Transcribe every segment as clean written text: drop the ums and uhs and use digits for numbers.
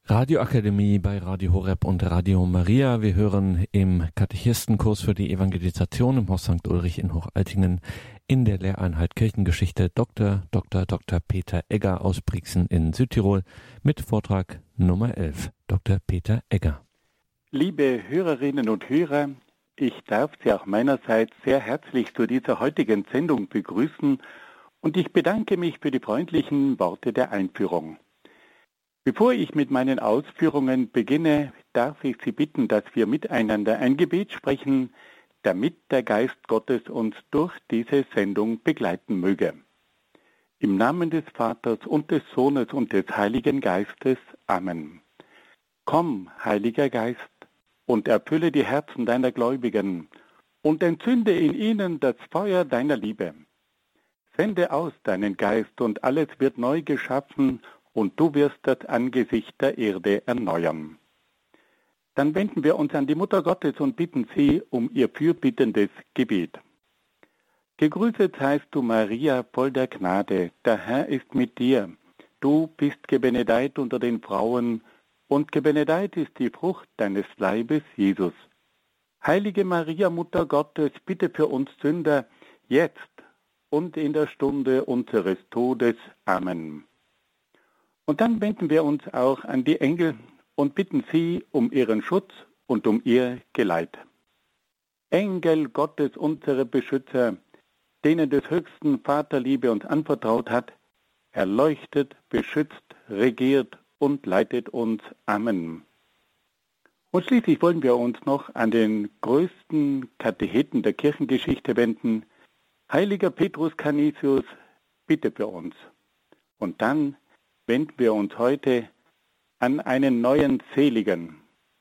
Radioakademie bei Radio Horeb und Radio Maria. Wir hören im Katechistenkurs für die Evangelisation im Haus St. Ulrich in Hochaltingen in der Lehreinheit Kirchengeschichte Dr. Peter Egger aus Brixen in Südtirol mit Vortrag Nummer 11. Dr. Peter Egger. Liebe Hörerinnen und Hörer, ich darf Sie auch meinerseits sehr herzlich zu dieser heutigen Sendung begrüßen und ich bedanke mich für die freundlichen Worte der Einführung. Bevor ich mit meinen Ausführungen beginne, darf ich Sie bitten, dass wir miteinander ein Gebet sprechen, damit der Geist Gottes uns durch diese Sendung begleiten möge. Im Namen des Vaters und des Sohnes und des Heiligen Geistes. Amen. Komm, Heiliger Geist, und erfülle die Herzen deiner Gläubigen und entzünde in ihnen das Feuer deiner Liebe. Sende aus deinen Geist und alles wird neu geschaffen und du wirst das Angesicht der Erde erneuern. Dann wenden wir uns an die Mutter Gottes und bitten sie um ihr fürbittendes Gebet. Gegrüßet seist du, Maria, voll der Gnade, der Herr ist mit dir. Du bist gebenedeit unter den Frauen, und gebenedeit ist die Frucht deines Leibes, Jesus. Heilige Maria, Mutter Gottes, bitte für uns Sünder, jetzt und in der Stunde unseres Todes. Amen. Und dann wenden wir uns auch an die Engel und bitten sie um ihren Schutz und um ihr Geleit. Engel Gottes, unsere Beschützer, denen des höchsten Vaterliebe uns anvertraut hat, erleuchtet, beschützt, regiert und leitet uns. Amen. Und schließlich wollen wir uns noch an den größten Katecheten der Kirchengeschichte wenden. Heiliger Petrus Canisius, bitte für uns. Und dann wenden wir uns heute an einen neuen Seligen,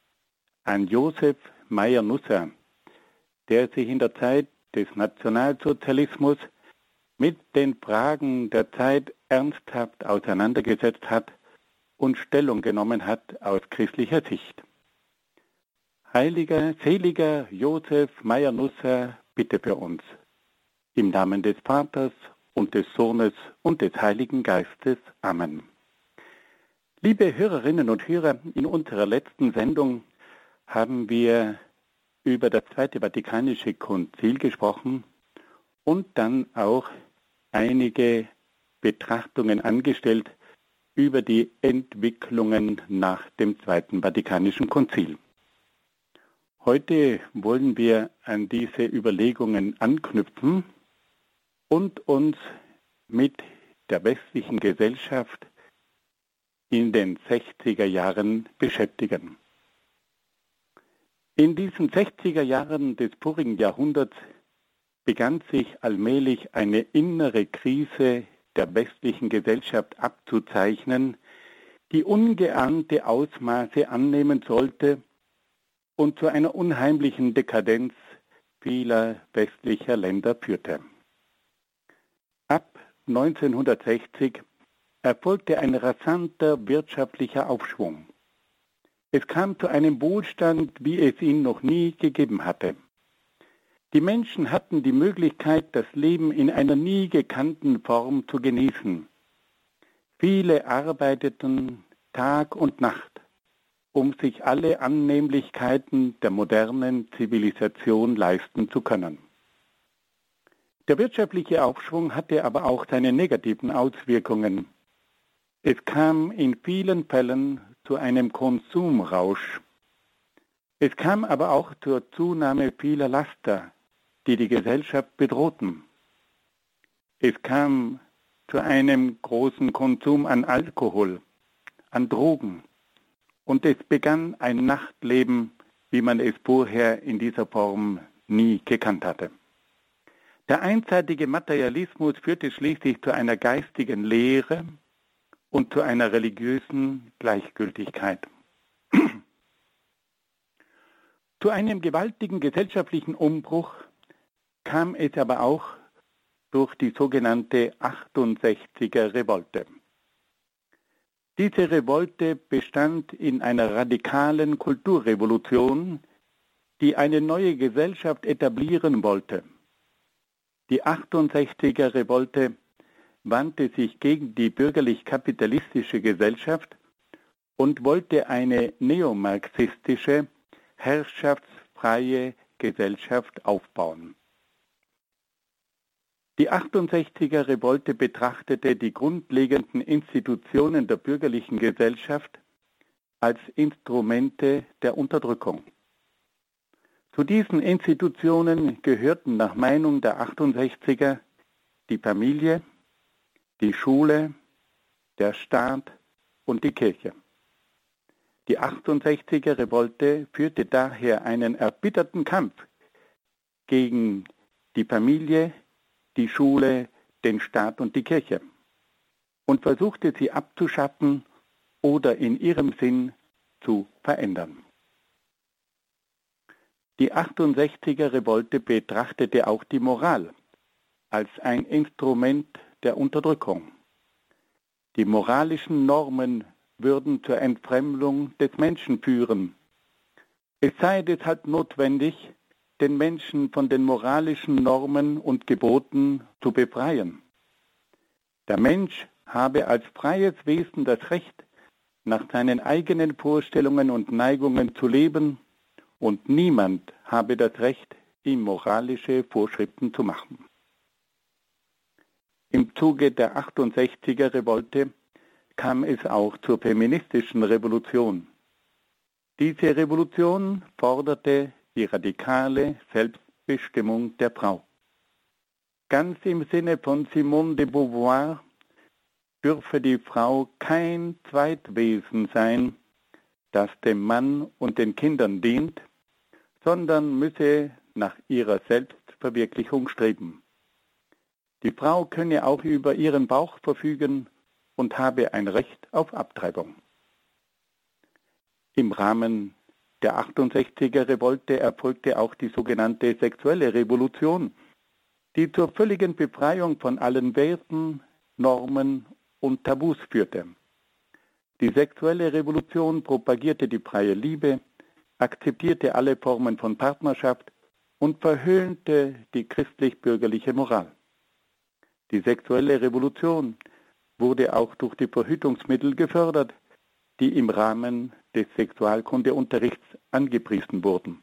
an Josef Meyer-Nusser, der sich in der Zeit des Nationalsozialismus mit den Fragen der Zeit ernsthaft auseinandergesetzt hat und Stellung genommen hat aus christlicher Sicht. Heiliger, seliger Josef Meyer-Nusser, bitte für uns. Im Namen des Vaters und des Sohnes und des Heiligen Geistes. Amen. Liebe Hörerinnen und Hörer, in unserer letzten Sendung haben wir über das Zweite Vatikanische Konzil gesprochen und dann auch einige Betrachtungen angestellt über die Entwicklungen nach dem Zweiten Vatikanischen Konzil. Heute wollen wir an diese Überlegungen anknüpfen und uns mit der westlichen Gesellschaft in den 60er Jahren beschäftigen. In diesen 60er Jahren des vorigen Jahrhunderts begann sich allmählich eine innere Krise der westlichen Gesellschaft abzuzeichnen, die ungeahnte Ausmaße annehmen sollte und zu einer unheimlichen Dekadenz vieler westlicher Länder führte. Ab 1960 erfolgte ein rasanter wirtschaftlicher Aufschwung. Es kam zu einem Wohlstand, wie es ihn noch nie gegeben hatte. Die Menschen hatten die Möglichkeit, das Leben in einer nie gekannten Form zu genießen. Viele arbeiteten Tag und Nacht, um sich alle Annehmlichkeiten der modernen Zivilisation leisten zu können. Der wirtschaftliche Aufschwung hatte aber auch seine negativen Auswirkungen. Es kam in vielen Fällen zu einem Konsumrausch. Es kam aber auch zur Zunahme vieler Laster, die die Gesellschaft bedrohten. Es kam zu einem großen Konsum an Alkohol, an Drogen und es begann ein Nachtleben, wie man es vorher in dieser Form nie gekannt hatte. Der einseitige Materialismus führte schließlich zu einer geistigen Leere und zu einer religiösen Gleichgültigkeit. Zu einem gewaltigen gesellschaftlichen Umbruch kam es aber auch durch die sogenannte 68er Revolte. Diese Revolte bestand in einer radikalen Kulturrevolution, die eine neue Gesellschaft etablieren wollte. Die 68er Revolte wandte sich gegen die bürgerlich-kapitalistische Gesellschaft und wollte eine neomarxistische, herrschaftsfreie Gesellschaft aufbauen. Die 68er Revolte betrachtete die grundlegenden Institutionen der bürgerlichen Gesellschaft als Instrumente der Unterdrückung. Zu diesen Institutionen gehörten nach Meinung der 68er die Familie, die Schule, der Staat und die Kirche. Die 68er Revolte führte daher einen erbitterten Kampf gegen die Familie, die Schule, den Staat und die Kirche und versuchte sie abzuschaffen oder in ihrem Sinn zu verändern. Die 68er Revolte betrachtete auch die Moral als ein Instrument der Unterdrückung. Die moralischen Normen würden zur Entfremdung des Menschen führen. Es sei deshalb notwendig, den Menschen von den moralischen Normen und Geboten zu befreien. Der Mensch habe als freies Wesen das Recht, nach seinen eigenen Vorstellungen und Neigungen zu leben, und niemand habe das Recht, ihm moralische Vorschriften zu machen. Im Zuge der 68er Revolte kam es auch zur feministischen Revolution. Diese Revolution forderte die radikale Selbstbestimmung der Frau. Ganz im Sinne von Simone de Beauvoir dürfe die Frau kein Zweitwesen sein, das dem Mann und den Kindern dient, sondern müsse nach ihrer Selbstverwirklichung streben. Die Frau könne auch über ihren Bauch verfügen und habe ein Recht auf Abtreibung. Im Rahmen der 68er Revolte erfolgte auch die sogenannte sexuelle Revolution, die zur völligen Befreiung von allen Werten, Normen und Tabus führte. Die sexuelle Revolution propagierte die freie Liebe, akzeptierte alle Formen von Partnerschaft und verhöhnte die christlich-bürgerliche Moral. Die sexuelle Revolution wurde auch durch die Verhütungsmittel gefördert, die im Rahmen des Sexualkundeunterrichts angepriesen wurden.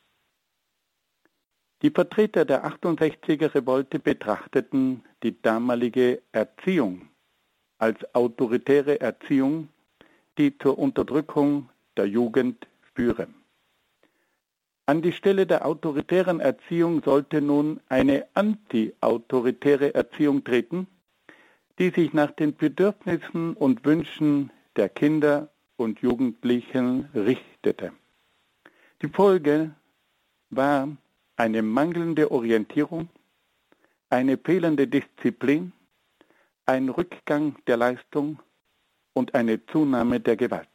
Die Vertreter der 68er Revolte betrachteten die damalige Erziehung als autoritäre Erziehung, die zur Unterdrückung der Jugend führe. An die Stelle der autoritären Erziehung sollte nun eine anti-autoritäre Erziehung treten, die sich nach den Bedürfnissen und Wünschen der Kinder und Jugendlichen richtete. Die Folge war eine mangelnde Orientierung, eine fehlende Disziplin, ein Rückgang der Leistung und eine Zunahme der Gewalt.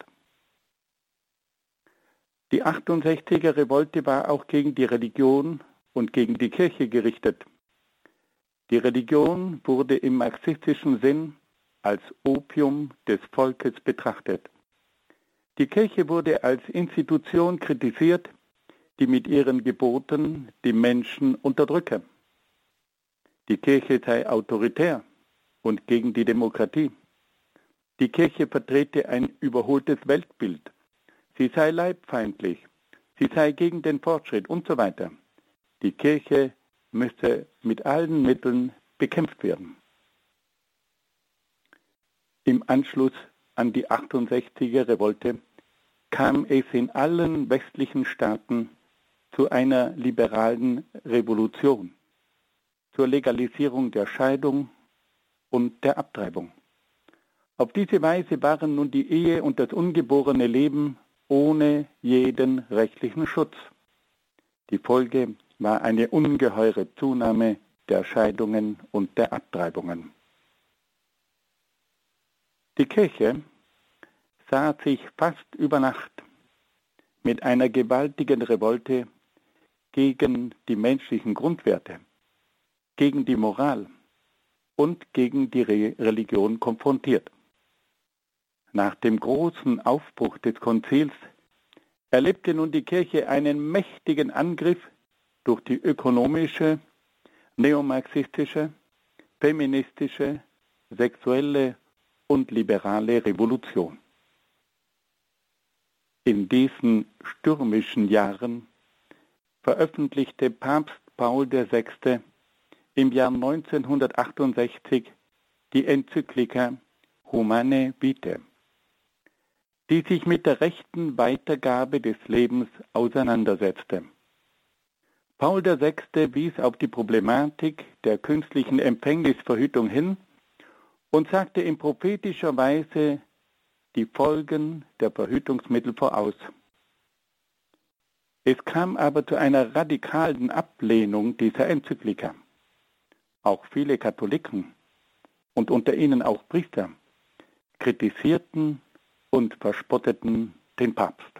Die 68er Revolte war auch gegen die Religion und gegen die Kirche gerichtet. Die Religion wurde im marxistischen Sinn als Opium des Volkes betrachtet. Die Kirche wurde als Institution kritisiert, die mit ihren Geboten die Menschen unterdrücke. Die Kirche sei autoritär und gegen die Demokratie. Die Kirche vertrete ein überholtes Weltbild. Sie sei leibfeindlich, sie sei gegen den Fortschritt und so weiter. Die Kirche müsse mit allen Mitteln bekämpft werden. Im Anschluss an die 68er Revolte kam es in allen westlichen Staaten zu einer liberalen Revolution, zur Legalisierung der Scheidung und der Abtreibung. Auf diese Weise waren nun die Ehe und das ungeborene Leben ohne jeden rechtlichen Schutz. Die Folge war eine ungeheure Zunahme der Scheidungen und der Abtreibungen. Die Kirche sah sich fast über Nacht mit einer gewaltigen Revolte gegen die menschlichen Grundwerte, gegen die Moral und gegen die Religion konfrontiert. Nach dem großen Aufbruch des Konzils erlebte nun die Kirche einen mächtigen Angriff durch die ökonomische, neomarxistische, feministische, sexuelle und liberale Revolution. In diesen stürmischen Jahren veröffentlichte Papst Paul VI. Im Jahr 1968 die Enzyklika Humanae Vitae, die sich mit der rechten Weitergabe des Lebens auseinandersetzte. Paul VI. Wies auf die Problematik der künstlichen Empfängnisverhütung hin und sagte in prophetischer Weise die Folgen der Verhütungsmittel voraus. Es kam aber zu einer radikalen Ablehnung dieser Enzyklika. Auch viele Katholiken und unter ihnen auch Priester kritisierten und verspotteten den Papst.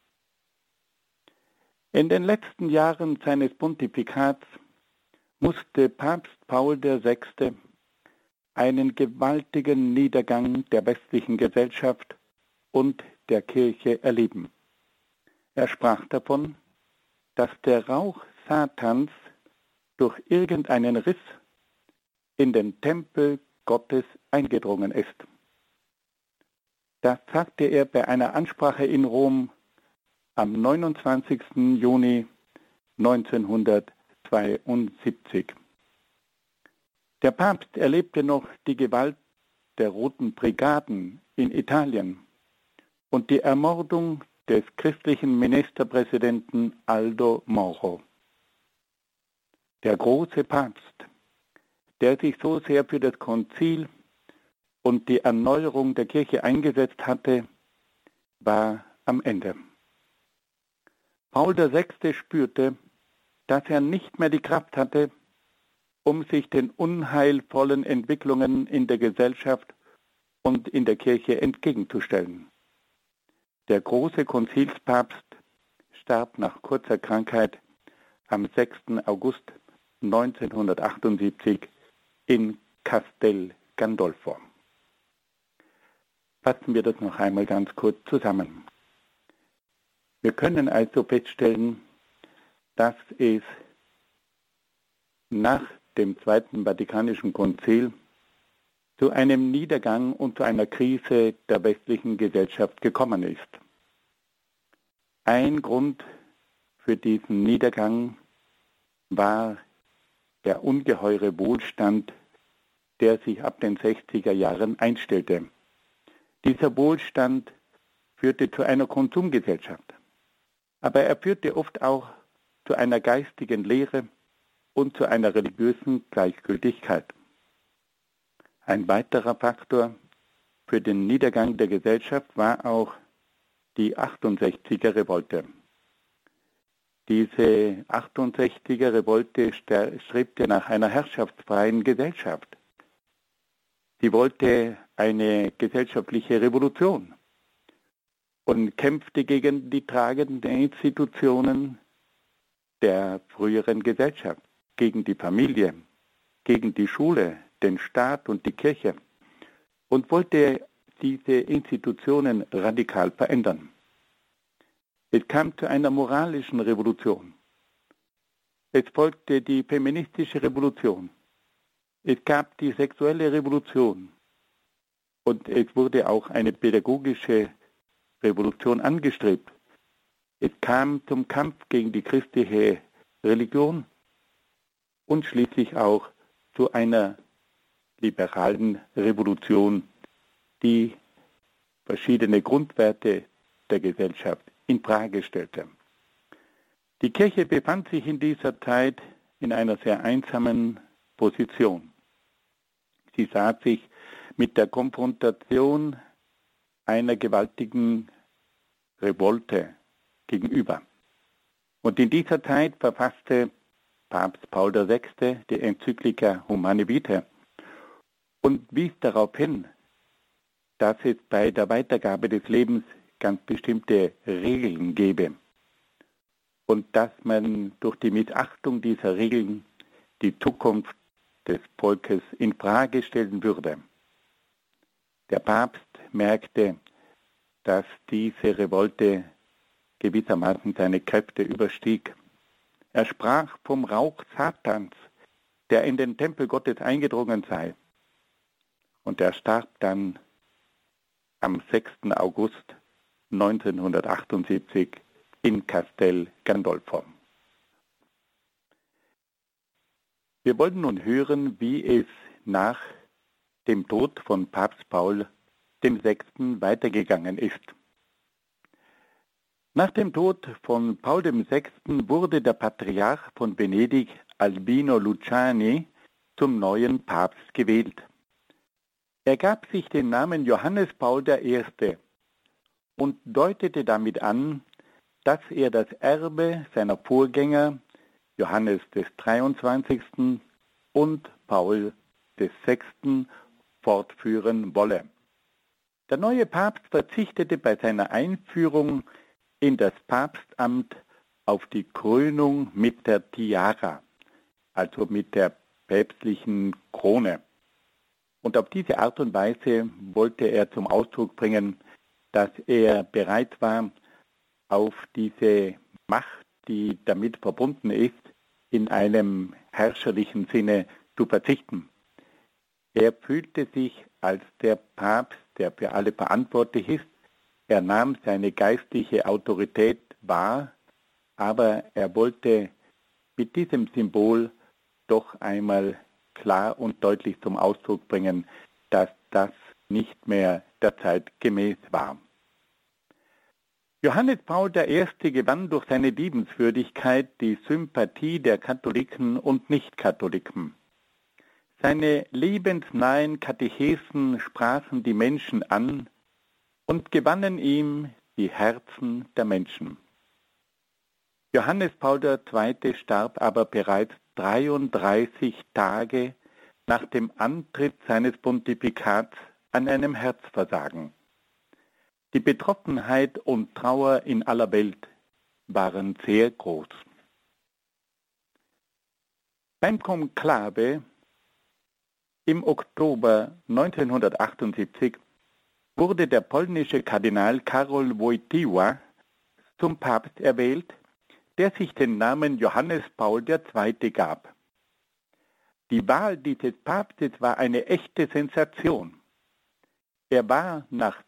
In den letzten Jahren seines Pontifikats musste Papst Paul VI. Einen gewaltigen Niedergang der westlichen Gesellschaft und der Kirche erleben. Er sprach davon, dass der Rauch Satans durch irgendeinen Riss in den Tempel Gottes eingedrungen ist. Das sagte er bei einer Ansprache in Rom am 29. Juni 1972. Der Papst erlebte noch die Gewalt der Roten Brigaden in Italien und die Ermordung des christlichen Ministerpräsidenten Aldo Moro. Der große Papst, der sich so sehr für das Konzil und die Erneuerung der Kirche eingesetzt hatte, war am Ende. Paul VI. Spürte, dass er nicht mehr die Kraft hatte, um sich den unheilvollen Entwicklungen in der Gesellschaft und in der Kirche entgegenzustellen. Der große Konzilspapst starb nach kurzer Krankheit am 6. August 1978 in Castel Gandolfo. Fassen wir das noch einmal ganz kurz zusammen. Wir können also feststellen, dass es nach dem Zweiten Vatikanischen Konzil zu einem Niedergang und zu einer Krise der westlichen Gesellschaft gekommen ist. Ein Grund für diesen Niedergang war der ungeheure Wohlstand, der sich ab den 60er Jahren einstellte. Dieser Wohlstand führte zu einer Konsumgesellschaft, aber er führte oft auch zu einer geistigen Leere und zu einer religiösen Gleichgültigkeit. Ein weiterer Faktor für den Niedergang der Gesellschaft war auch die 68er Revolte. Diese 68er Revolte strebte nach einer herrschaftsfreien Gesellschaft. Sie wollte eine gesellschaftliche Revolution und kämpfte gegen die tragenden Institutionen der früheren Gesellschaft, gegen die Familie, gegen die Schule, den Staat und die Kirche und wollte diese Institutionen radikal verändern. Es kam zu einer moralischen Revolution. Es folgte die feministische Revolution. Es gab die sexuelle Revolution. Und es wurde auch eine pädagogische Revolution angestrebt. Es kam zum Kampf gegen die christliche Religion und schließlich auch zu einer liberalen Revolution, die verschiedene Grundwerte der Gesellschaft in Frage stellte. Die Kirche befand sich in dieser Zeit in einer sehr einsamen Position. Sie sah sich mit der Konfrontation einer gewaltigen Revolte gegenüber. Und in dieser Zeit verfasste Papst Paul VI. Die Enzyklika Humanae Vitae und wies darauf hin, dass es bei der Weitergabe des Lebens ganz bestimmte Regeln gebe und dass man durch die Missachtung dieser Regeln die Zukunft des Volkes in Frage stellen würde. Der Papst merkte, dass diese Revolte gewissermaßen seine Kräfte überstieg. Er sprach vom Rauch Satans, der in den Tempel Gottes eingedrungen sei. Und er starb dann am 6. August 1978 in Castel Gandolfo. Wir wollen nun hören, wie es nach dem Tod von Papst Paul VI. Weitergegangen ist. Nach dem Tod von Paul VI. Wurde der Patriarch von Venedig, Albino Luciani, zum neuen Papst gewählt. Er gab sich den Namen Johannes Paul I. und deutete damit an, dass er das Erbe seiner Vorgänger Johannes des 23. und Paul VI. Fortführen wolle. Der neue Papst verzichtete bei seiner Einführung in das Papstamt auf die Krönung mit der Tiara, also mit der päpstlichen Krone. Und auf diese Art und Weise wollte er zum Ausdruck bringen, dass er bereit war, auf diese Macht, die damit verbunden ist, in einem herrscherlichen Sinne zu verzichten. Er fühlte sich als der Papst, der für alle verantwortlich ist. Er nahm seine geistliche Autorität wahr, aber er wollte mit diesem Symbol doch einmal klar und deutlich zum Ausdruck bringen, dass das nicht mehr der Zeit gemäß war. Johannes Paul I. gewann durch seine Liebenswürdigkeit die Sympathie der Katholiken und Nichtkatholiken. Seine lebensnahen Katechesen sprachen die Menschen an und gewannen ihm die Herzen der Menschen. Johannes Paul II. Starb aber bereits 33 Tage nach dem Antritt seines Pontifikats an einem Herzversagen. Die Betroffenheit und Trauer in aller Welt waren sehr groß. Beim Konklave im Oktober 1978 wurde der polnische Kardinal Karol Wojtyła zum Papst erwählt, der sich den Namen Johannes Paul II. Gab. Die Wahl dieses Papstes war eine echte Sensation. Er war nach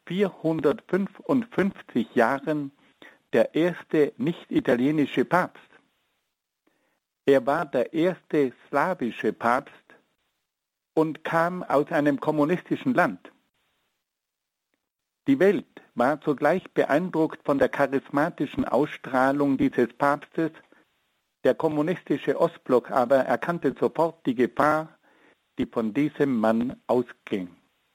455 Jahren der erste nicht-italienische Papst. Er war der erste slawische Papst und kam aus einem kommunistischen Land. Die Welt war zugleich beeindruckt von der charismatischen Ausstrahlung dieses Papstes. Der kommunistische Ostblock aber erkannte sofort die Gefahr, die von diesem Mann ausging.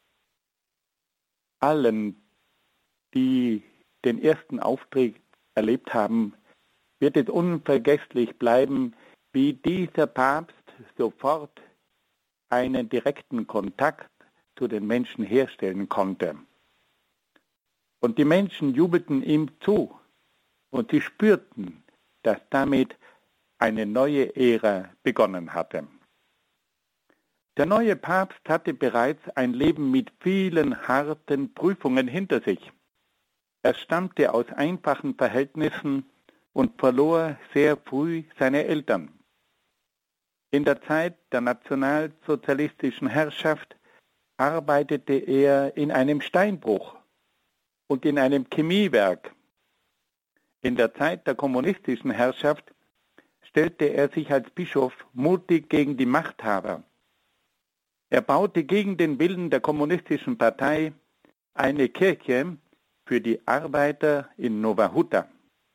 Allen, die den ersten Auftritt erlebt haben, wird es unvergesslich bleiben, wie dieser Papst sofort einen direkten Kontakt zu den Menschen herstellen konnte. Und die Menschen jubelten ihm zu und sie spürten, dass damit eine neue Ära begonnen hatte. Der neue Papst hatte bereits ein Leben mit vielen harten Prüfungen hinter sich. Er stammte aus einfachen Verhältnissen und verlor sehr früh seine Eltern. In der Zeit der nationalsozialistischen Herrschaft arbeitete er in einem Steinbruch und in einem Chemiewerk. In der Zeit der kommunistischen Herrschaft stellte er sich als Bischof mutig gegen die Machthaber. Er baute gegen den Willen der kommunistischen Partei eine Kirche für die Arbeiter in Nowa Huta.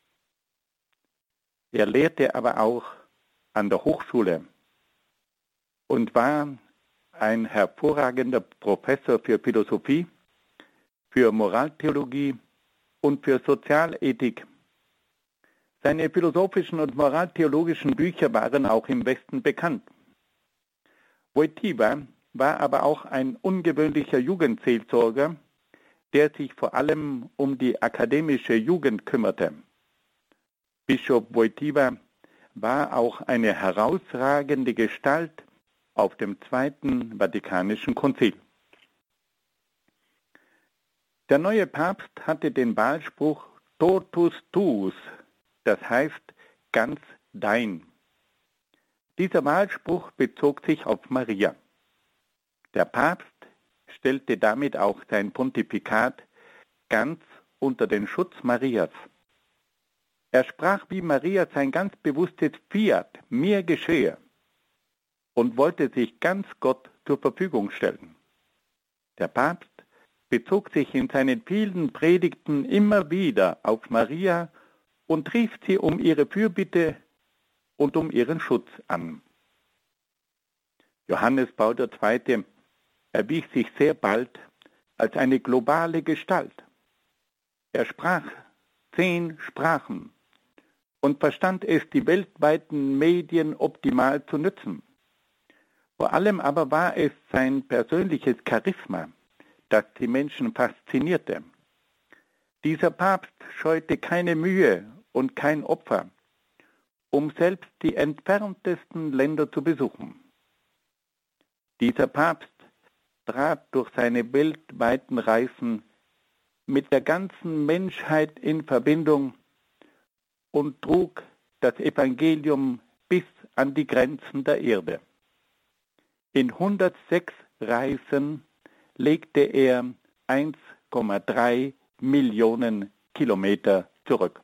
Er lehrte aber auch an der Hochschule und war ein hervorragender Professor für Philosophie, für Moraltheologie und für Sozialethik. Seine philosophischen und moraltheologischen Bücher waren auch im Westen bekannt. Wojtyła war aber auch ein ungewöhnlicher Jugendseelsorger, der sich vor allem um die akademische Jugend kümmerte. Bischof Wojtyła war auch eine herausragende Gestalt auf dem Zweiten Vatikanischen Konzil. Der neue Papst hatte den Wahlspruch Totus tuus, das heißt ganz dein. Dieser Wahlspruch bezog sich auf Maria. Der Papst stellte damit auch sein Pontifikat ganz unter den Schutz Marias. Er sprach wie Maria sein ganz bewusstes Fiat, mir geschehe, und wollte sich ganz Gott zur Verfügung stellen. Der Papst bezog sich in seinen vielen Predigten immer wieder auf Maria und rief sie um ihre Fürbitte und um ihren Schutz an. Johannes Paul II. Erwies sich sehr bald als eine globale Gestalt. Er sprach 10 Sprachen und verstand es, die weltweiten Medien optimal zu nutzen. Vor allem aber war es sein persönliches Charisma, das die Menschen faszinierte. Dieser Papst scheute keine Mühe und kein Opfer, um selbst die entferntesten Länder zu besuchen. Dieser Papst trat durch seine weltweiten Reisen mit der ganzen Menschheit in Verbindung und trug das Evangelium bis an die Grenzen der Erde. In 106 Reisen legte er 1,3 Millionen Kilometer zurück.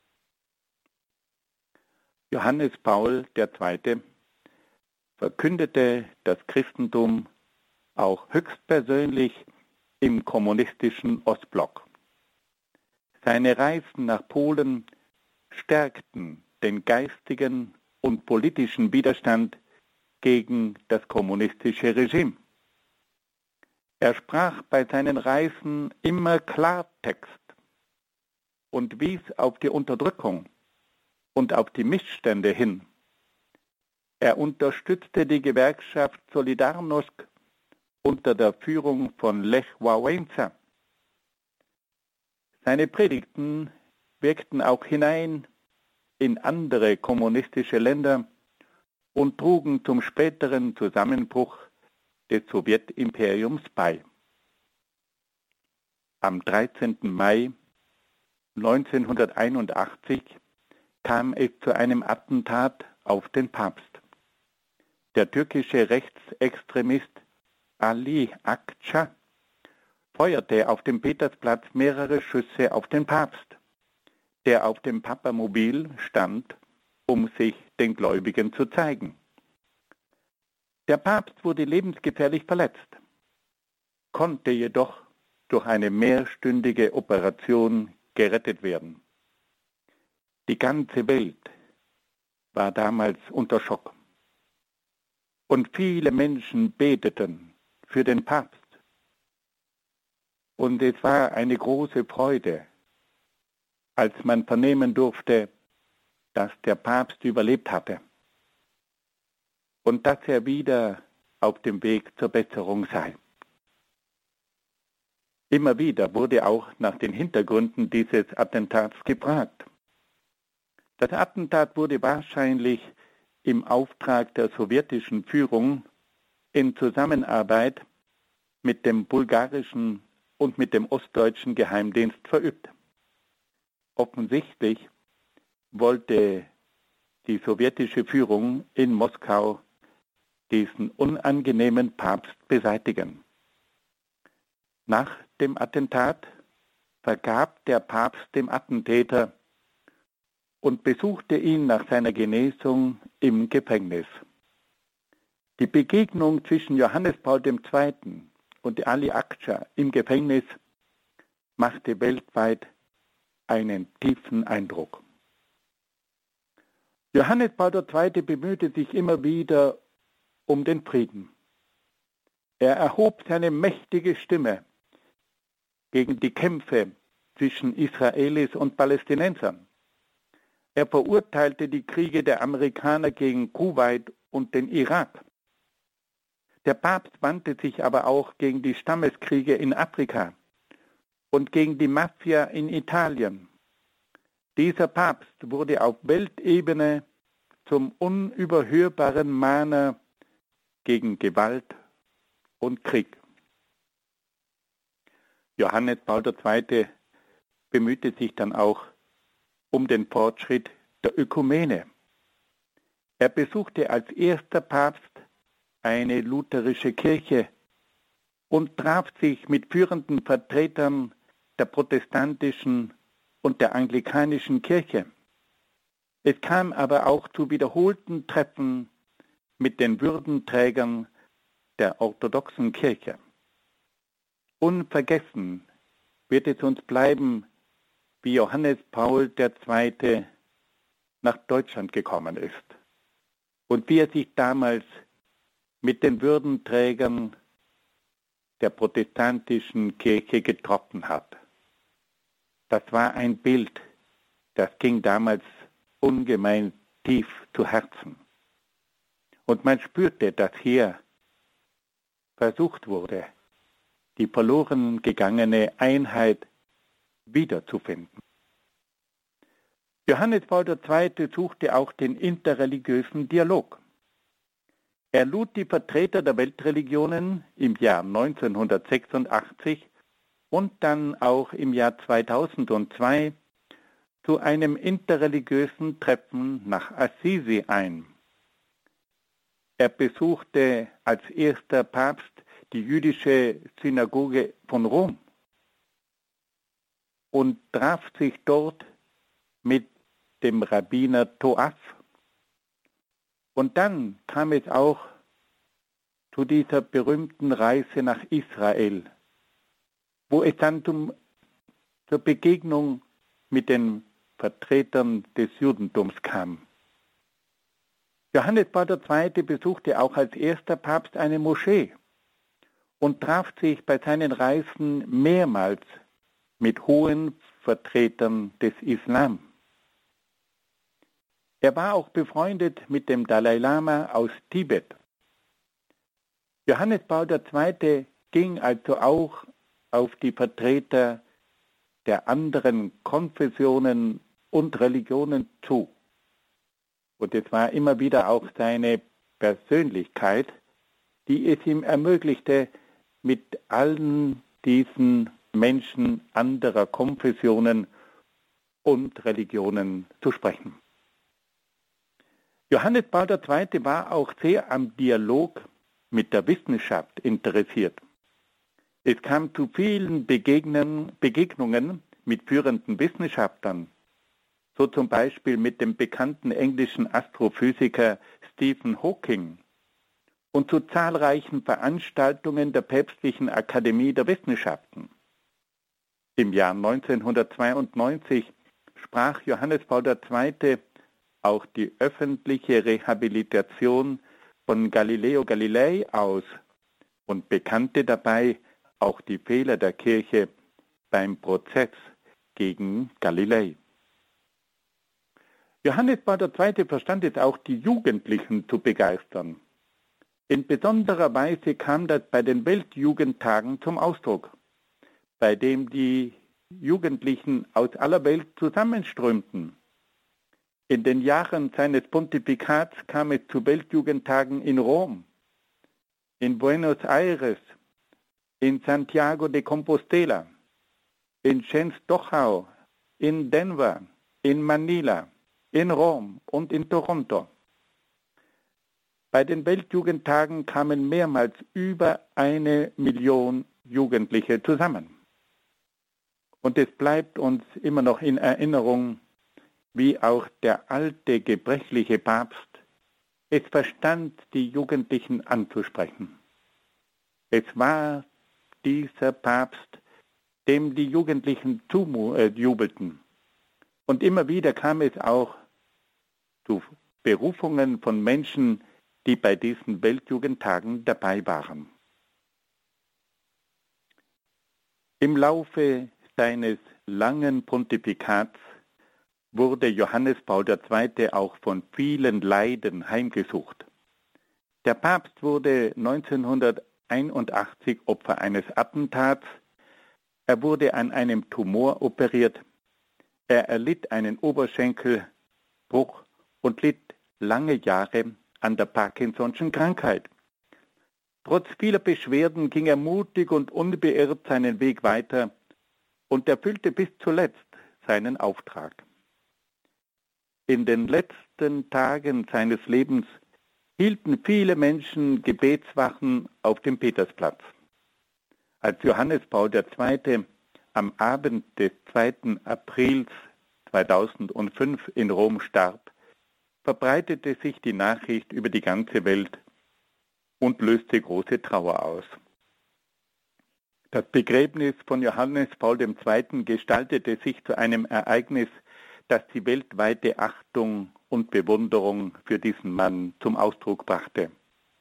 Johannes Paul II. Verkündete das Christentum auch höchstpersönlich im kommunistischen Ostblock. Seine Reisen nach Polen stärkten den geistigen und politischen Widerstand gegen das kommunistische Regime. Er sprach bei seinen Reisen immer Klartext und wies auf die Unterdrückung und auf die Missstände hin. Er unterstützte die Gewerkschaft Solidarność unter der Führung von Lech Wałęsa. Seine Predigten wirkten auch hinein in andere kommunistische Länder und trugen zum späteren Zusammenbruch des Sowjetimperiums bei. Am 13. Mai 1981 kam es zu einem Attentat auf den Papst. Der türkische Rechtsextremist Ali Akça feuerte auf dem Petersplatz mehrere Schüsse auf den Papst, der auf dem Papamobil stand, um sich den Gläubigen zu zeigen. Der Papst wurde lebensgefährlich verletzt, konnte jedoch durch eine mehrstündige Operation gerettet werden. Die ganze Welt war damals unter Schock. Und viele Menschen beteten für den Papst. Und es war eine große Freude, als man vernehmen durfte, dass der Papst überlebt hatte und dass er wieder auf dem Weg zur Besserung sei. Immer wieder wurde auch nach den Hintergründen dieses Attentats gefragt. Das Attentat wurde wahrscheinlich im Auftrag der sowjetischen Führung in Zusammenarbeit mit dem bulgarischen und mit dem ostdeutschen Geheimdienst verübt. Offensichtlich wollte die sowjetische Führung in Moskau diesen unangenehmen Papst beseitigen. Nach dem Attentat vergab der Papst dem Attentäter und besuchte ihn nach seiner Genesung im Gefängnis. Die Begegnung zwischen Johannes Paul II. Und Ali Akça im Gefängnis machte weltweit einen tiefen Eindruck. Johannes Paul II. Bemühte sich immer wieder um den Frieden. Er erhob seine mächtige Stimme gegen die Kämpfe zwischen Israelis und Palästinensern. Er verurteilte die Kriege der Amerikaner gegen Kuwait und den Irak. Der Papst wandte sich aber auch gegen die Stammeskriege in Afrika und gegen die Mafia in Italien. Dieser Papst wurde auf Weltebene zum unüberhörbaren Mahner gegen Gewalt und Krieg. Johannes Paul II. Bemühte sich dann auch um den Fortschritt der Ökumene. Er besuchte als erster Papst eine lutherische Kirche und traf sich mit führenden Vertretern der protestantischen und der anglikanischen Kirche. Es kam aber auch zu wiederholten Treffen mit den Würdenträgern der orthodoxen Kirche. Unvergessen wird es uns bleiben, wie Johannes Paul II. Nach Deutschland gekommen ist und wie er sich damals mit den Würdenträgern der protestantischen Kirche getroffen hat. Das war ein Bild, das ging damals ungemein tief zu Herzen. Und man spürte, dass hier versucht wurde, die verloren gegangene Einheit wiederzufinden. Johannes Paul II. Suchte auch den interreligiösen Dialog. Er lud die Vertreter der Weltreligionen im Jahr 1986 und dann auch im Jahr 2002 zu einem interreligiösen Treffen nach Assisi ein. Er besuchte als erster Papst die jüdische Synagoge von Rom und traf sich dort mit dem Rabbiner Toaf. Und dann kam es auch zu dieser berühmten Reise nach Israel, wo es dann zur Begegnung mit den Vertretern des Judentums kam. Johannes Paul II. Besuchte auch als erster Papst eine Moschee und traf sich bei seinen Reisen mehrmals mit hohen Vertretern des Islam. Er war auch befreundet mit dem Dalai Lama aus Tibet. Johannes Paul II. Ging also auch auf die Vertreter der anderen Konfessionen und Religionen zu. Und es war immer wieder auch seine Persönlichkeit, die es ihm ermöglichte, mit allen diesen Menschen anderer Konfessionen und Religionen zu sprechen. Johannes Paul II. War auch sehr am Dialog mit der Wissenschaft interessiert. Es kam zu vielen Begegnungen mit führenden Wissenschaftlern, so zum Beispiel mit dem bekannten englischen Astrophysiker Stephen Hawking und zu zahlreichen Veranstaltungen der Päpstlichen Akademie der Wissenschaften. Im Jahr 1992 sprach Johannes Paul II. Auch die öffentliche Rehabilitation von Galileo Galilei aus und bekannte dabei auch die Fehler der Kirche beim Prozess gegen Galilei. Johannes Paul II. Verstand es auch, die Jugendlichen zu begeistern. In besonderer Weise kam das bei den Weltjugendtagen zum Ausdruck, bei dem die Jugendlichen aus aller Welt zusammenströmten. In den Jahren seines Pontifikats kam es zu Weltjugendtagen in Rom, in Buenos Aires, in Santiago de Compostela, in Chenstochau, in Denver, in Manila, in Rom und in Toronto. Bei den Weltjugendtagen kamen mehrmals über 1 Million Jugendliche zusammen. Und es bleibt uns immer noch in Erinnerung, wie auch der alte, gebrechliche Papst es verstand, die Jugendlichen anzusprechen. Es war dieser Papst, dem die Jugendlichen jubelten. Und immer wieder kam es auch zu Berufungen von Menschen, die bei diesen Weltjugendtagen dabei waren. Im Laufe seines langen Pontifikats wurde Johannes Paul II. Auch von vielen Leiden heimgesucht. Der Papst wurde 1981 Opfer eines Attentats. Er wurde an einem Tumor operiert. Er erlitt einen Oberschenkelbruch und litt lange Jahre an der Parkinson'schen Krankheit. Trotz vieler Beschwerden ging er mutig und unbeirrt seinen Weg weiter und erfüllte bis zuletzt seinen Auftrag. In den letzten Tagen seines Lebens hielten viele Menschen Gebetswachen auf dem Petersplatz. Als Johannes Paul II. am Abend des 2. Aprils 2005 in Rom starb, verbreitete sich die Nachricht über die ganze Welt und löste große Trauer aus. Das Begräbnis von Johannes Paul II. Gestaltete sich zu einem Ereignis, das die weltweite Achtung und Bewunderung für diesen Mann zum Ausdruck brachte.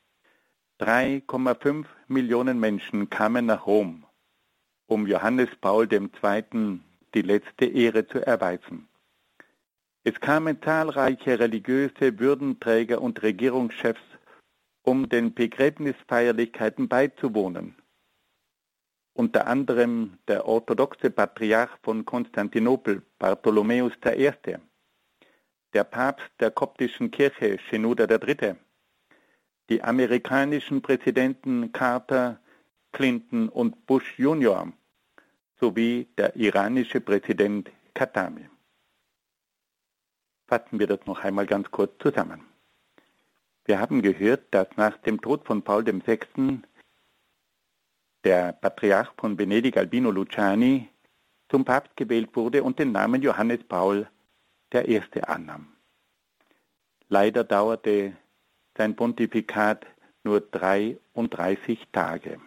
3,5 Millionen Menschen kamen nach Rom, um Johannes Paul II. Die letzte Ehre zu erweisen. Es kamen zahlreiche religiöse Würdenträger und Regierungschefs, um den Begräbnisfeierlichkeiten beizuwohnen. Unter anderem der orthodoxe Patriarch von Konstantinopel, Bartholomäus I., der Papst der koptischen Kirche, Shenouda III., die amerikanischen Präsidenten Carter, Clinton und Bush Jr. sowie der iranische Präsident Khatami. Fassen wir das noch einmal ganz kurz zusammen. Wir haben gehört, dass nach dem Tod von Paul VI. Der Patriarch von Venedig, Albino Luciani, zum Papst gewählt wurde und den Namen Johannes Paul I. annahm. Leider dauerte sein Pontifikat nur 33 Tage.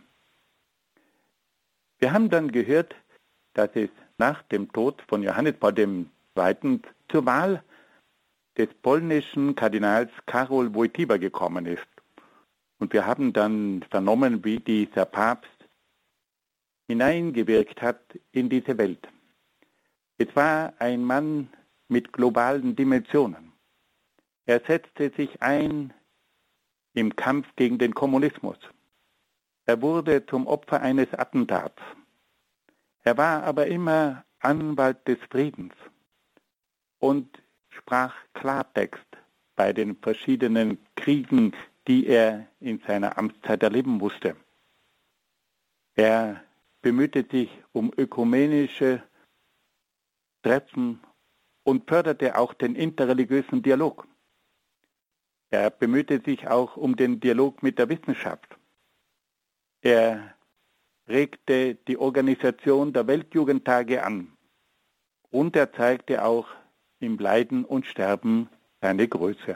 Wir haben dann gehört, dass es nach dem Tod von Johannes Paul II. Zur Wahl des polnischen Kardinals Karol Wojtyła gekommen ist. Und wir haben dann vernommen, wie dieser Papst hineingewirkt hat in diese Welt. Es war ein Mann mit globalen Dimensionen. Er setzte sich ein im Kampf gegen den Kommunismus. Er wurde zum Opfer eines Attentats. Er war aber immer Anwalt des Friedens und sprach Klartext bei den verschiedenen Kriegen, die er in seiner Amtszeit erleben musste. Er bemühte sich um ökumenische Treffen und förderte auch den interreligiösen Dialog. Er bemühte sich auch um den Dialog mit der Wissenschaft. Er regte die Organisation der Weltjugendtage an und er zeigte auch im Leiden und Sterben seine Größe.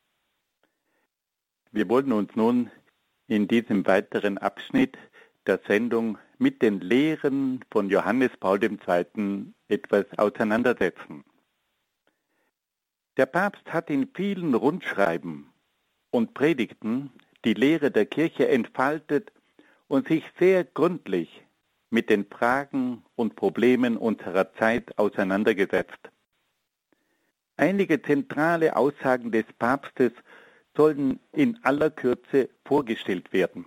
Wir wollen uns nun in diesem weiteren Abschnitt der Sendung mit den Lehren von Johannes Paul II. Etwas auseinandersetzen. Der Papst hat in vielen Rundschreiben und Predigten die Lehre der Kirche entfaltet und sich sehr gründlich mit den Fragen und Problemen unserer Zeit auseinandergesetzt. Einige zentrale Aussagen des Papstes sollen in aller Kürze vorgestellt werden.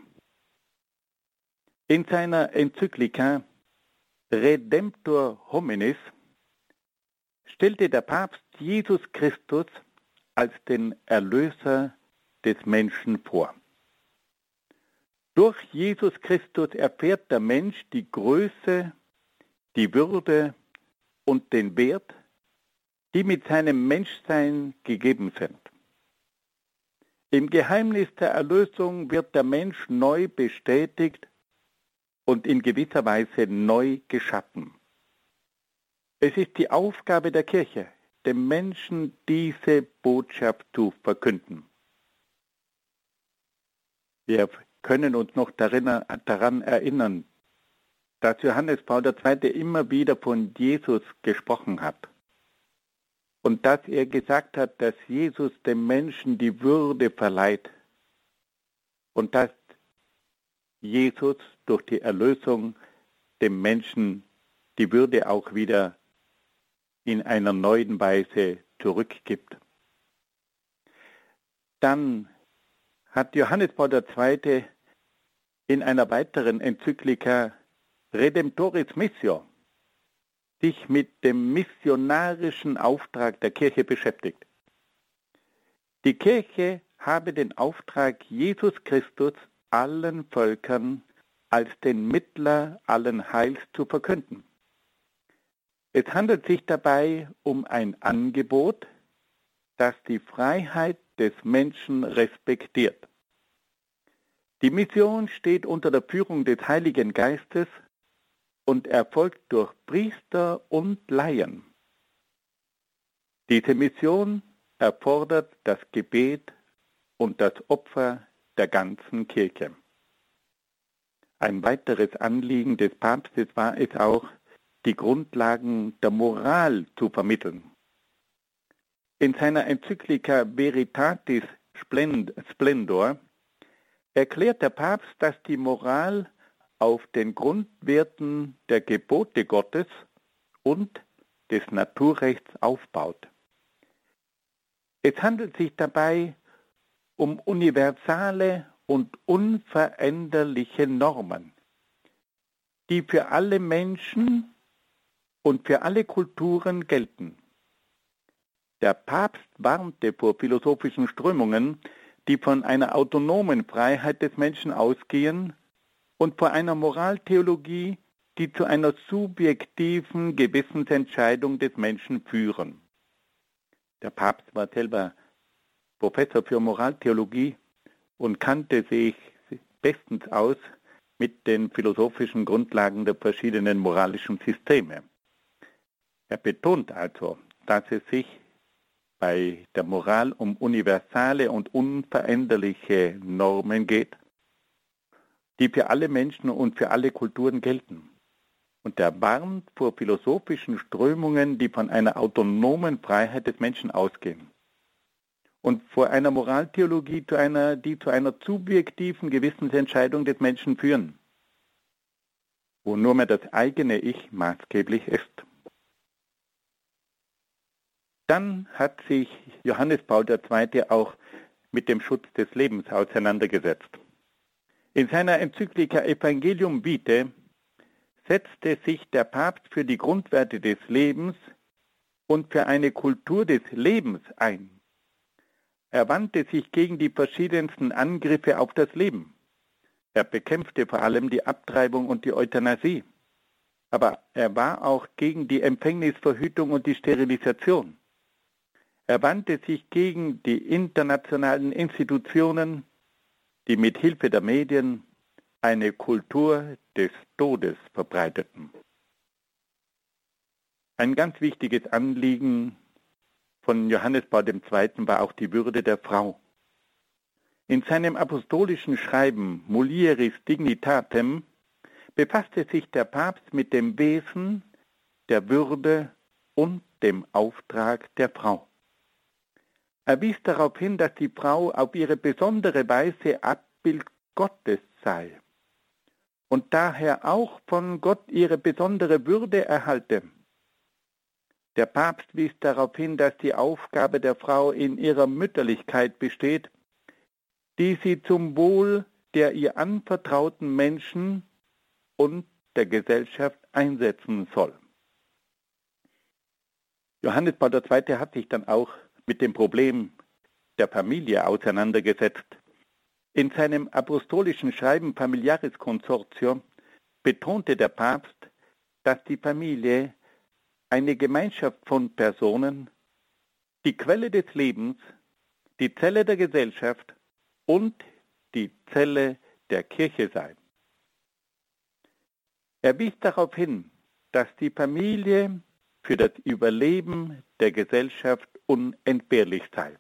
In seiner Enzyklika Redemptor Hominis stellte der Papst Jesus Christus als den Erlöser des Menschen vor. Durch Jesus Christus erfährt der Mensch die Größe, die Würde und den Wert, die mit seinem Menschsein gegeben sind. Im Geheimnis der Erlösung wird der Mensch neu bestätigt und in gewisser Weise neu geschaffen. Es ist die Aufgabe der Kirche, dem Menschen diese Botschaft zu verkünden. Wir können uns noch daran erinnern, dass Johannes Paul II. Immer wieder von Jesus gesprochen hat und dass er gesagt hat, dass Jesus dem Menschen die Würde verleiht und dass Jesus durch die Erlösung dem Menschen die Würde auch wieder in einer neuen Weise zurückgibt. Dann hat Johannes Paul II. In einer weiteren Enzyklika Redemptoris Missio sich mit dem missionarischen Auftrag der Kirche beschäftigt. Die Kirche habe den Auftrag, Jesus Christus allen Völkern als den Mittler allen Heils zu verkünden. Es handelt sich dabei um ein Angebot, das die Freiheit des Menschen respektiert. Die Mission steht unter der Führung des Heiligen Geistes und erfolgt durch Priester und Laien. Diese Mission erfordert das Gebet und das Opfer der ganzen Kirche. Ein weiteres Anliegen des Papstes war es auch, die Grundlagen der Moral zu vermitteln. In seiner Enzyklika Veritatis Splendor erklärt der Papst, dass die Moral auf den Grundwerten der Gebote Gottes und des Naturrechts aufbaut. Es handelt sich dabei um universale und unveränderliche Normen, die für alle Menschen und für alle Kulturen gelten. Der Papst warnte vor philosophischen Strömungen, die von einer autonomen Freiheit des Menschen ausgehen und vor einer Moraltheologie, die zu einer subjektiven Gewissensentscheidung des Menschen führen. Der Papst war selber Professor für Moraltheologie und kannte sich bestens aus mit den philosophischen Grundlagen der verschiedenen moralischen Systeme. Er betont also, dass es sich bei der Moral um universale und unveränderliche Normen geht, die für alle Menschen und für alle Kulturen gelten. Und er warnt vor philosophischen Strömungen, die von einer autonomen Freiheit des Menschen ausgehen. Und vor einer Moraltheologie, die zu einer subjektiven Gewissensentscheidung des Menschen führen, wo nur mehr das eigene Ich maßgeblich ist. Dann hat sich Johannes Paul II. Auch mit dem Schutz des Lebens auseinandergesetzt. In seiner Enzyklika Evangelium Vitae setzte sich der Papst für die Grundwerte des Lebens und für eine Kultur des Lebens ein. Er wandte sich gegen die verschiedensten Angriffe auf das Leben. Er bekämpfte vor allem die Abtreibung und die Euthanasie. Aber er war auch gegen die Empfängnisverhütung und die Sterilisation. Er wandte sich gegen die internationalen Institutionen, die mit Hilfe der Medien eine Kultur des Todes verbreiteten. Ein ganz wichtiges Anliegen von Johannes Paul II. War auch die Würde der Frau. In seinem apostolischen Schreiben Mulieris Dignitatem befasste sich der Papst mit dem Wesen, der Würde und dem Auftrag der Frau. Er wies darauf hin, dass die Frau auf ihre besondere Weise Abbild Gottes sei und daher auch von Gott ihre besondere Würde erhalte. Der Papst wies darauf hin, dass die Aufgabe der Frau in ihrer Mütterlichkeit besteht, die sie zum Wohl der ihr anvertrauten Menschen und der Gesellschaft einsetzen soll. Johannes Paul II. Hat sich dann auch mit dem Problem der Familie auseinandergesetzt. In seinem apostolischen Schreiben Familiaris Consortio betonte der Papst, dass die Familie eine Gemeinschaft von Personen, die Quelle des Lebens, die Zelle der Gesellschaft und die Zelle der Kirche sei. Er wies darauf hin, dass die Familie für das Überleben der Gesellschaft unentbehrlich sei.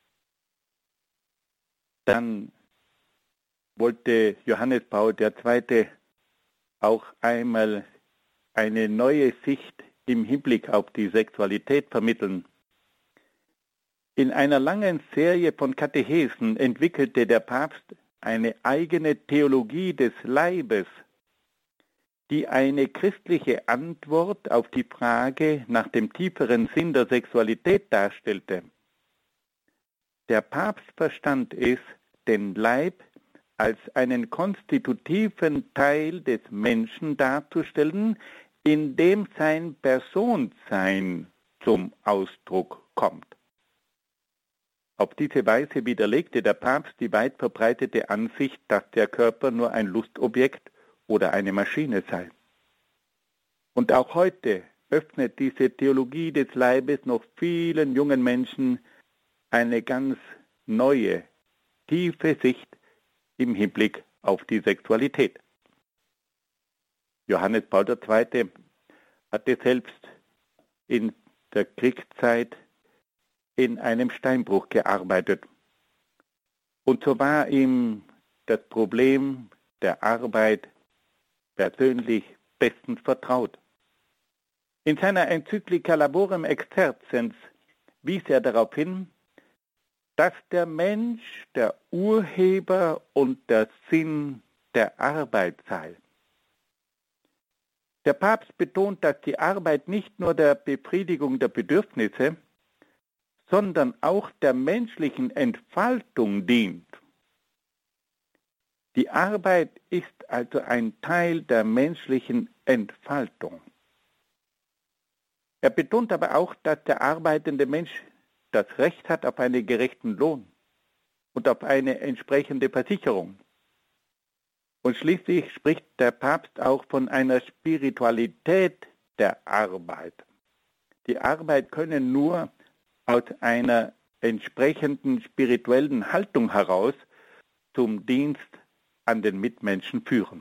Dann wollte Johannes Paul II. Auch einmal eine neue Sicht im Hinblick auf die Sexualität vermitteln. In einer langen Serie von Katechesen entwickelte der Papst eine eigene Theologie des Leibes, die eine christliche Antwort auf die Frage nach dem tieferen Sinn der Sexualität darstellte. Der Papst verstand es, den Leib als einen konstitutiven Teil des Menschen darzustellen, in dem sein Personsein zum Ausdruck kommt. Auf diese Weise widerlegte der Papst die weit verbreitete Ansicht, dass der Körper nur ein Lustobjekt oder eine Maschine sei. Und auch heute öffnet diese Theologie des Leibes noch vielen jungen Menschen eine ganz neue, tiefe Sicht im Hinblick auf die Sexualität. Johannes Paul II. Hatte selbst in der Kriegszeit in einem Steinbruch gearbeitet. Und so war ihm das Problem der Arbeit persönlich bestens vertraut. In seiner Enzyklika Laborem Exercens wies er darauf hin, dass der Mensch der Urheber und der Sinn der Arbeit sei. Der Papst betont, dass die Arbeit nicht nur der Befriedigung der Bedürfnisse, sondern auch der menschlichen Entfaltung dient. Die Arbeit ist also ein Teil der menschlichen Entfaltung. Er betont aber auch, dass der arbeitende Mensch das Recht hat auf einen gerechten Lohn und auf eine entsprechende Versicherung. Und schließlich spricht der Papst auch von einer Spiritualität der Arbeit. Die Arbeit könne nur aus einer entsprechenden spirituellen Haltung heraus zum Dienst an den Mitmenschen führen.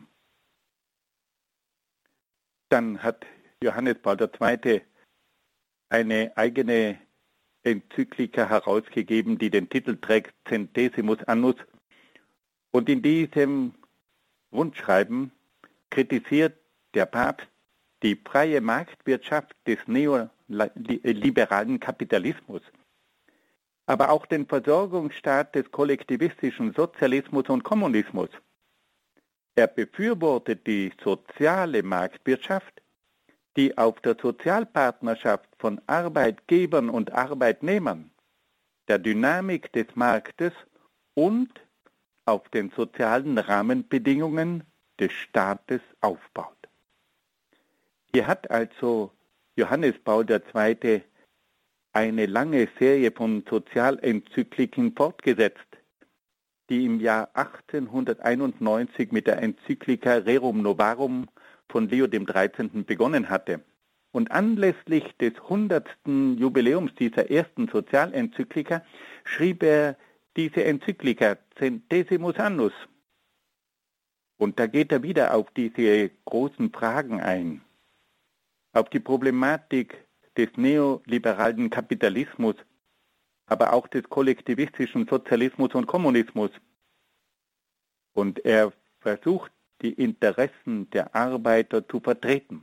Dann hat Johannes Paul II. Eine eigene Enzyklika herausgegeben, die den Titel trägt Centesimus Annus. Und in diesem Rundschreiben kritisiert der Papst die freie Marktwirtschaft des neoliberalen Kapitalismus, aber auch den Versorgungsstaat des kollektivistischen Sozialismus und Kommunismus. Er befürwortet die soziale Marktwirtschaft, die auf der Sozialpartnerschaft von Arbeitgebern und Arbeitnehmern, der Dynamik des Marktes und auf den sozialen Rahmenbedingungen des Staates aufbaut. Hier hat also Johannes Paul II. Eine lange Serie von Sozialenzykliken fortgesetzt, die im Jahr 1891 mit der Enzyklika Rerum Novarum von Leo XIII. Begonnen hatte. Und anlässlich des 100. Jubiläums dieser ersten Sozialenzyklika schrieb er diese Enzyklika Centesimus Annus. Und da geht er wieder auf diese großen Fragen ein, auf die Problematik des neoliberalen Kapitalismus, aber auch des kollektivistischen Sozialismus und Kommunismus. Und er versucht, die Interessen der Arbeiter zu vertreten.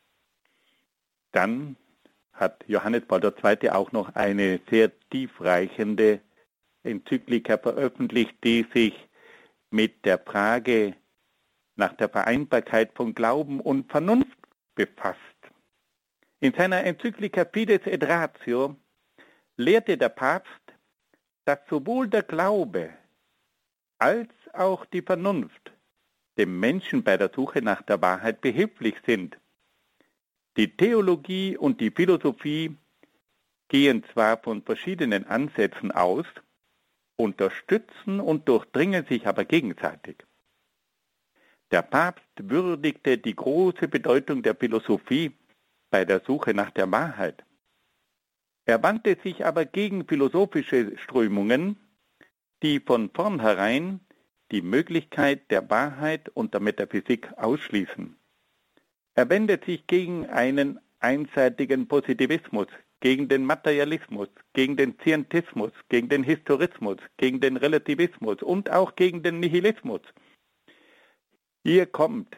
Dann hat Johannes Paul II. Auch noch eine sehr tiefreichende Enzyklika veröffentlicht, die sich mit der Frage nach der Vereinbarkeit von Glauben und Vernunft befasst. In seiner Enzyklika Fides et Ratio lehrte der Papst, dass sowohl der Glaube als auch die Vernunft dem Menschen bei der Suche nach der Wahrheit behilflich sind. Die Theologie und die Philosophie gehen zwar von verschiedenen Ansätzen aus, unterstützen und durchdringen sich aber gegenseitig. Der Papst würdigte die große Bedeutung der Philosophie bei der Suche nach der Wahrheit. Er wandte sich aber gegen philosophische Strömungen, die von vornherein die Möglichkeit der Wahrheit und der Metaphysik ausschließen. Er wendet sich gegen einen einseitigen Positivismus, gegen den Materialismus, gegen den Scientismus, gegen den Historismus, gegen den Relativismus und auch gegen den Nihilismus. Hier kommt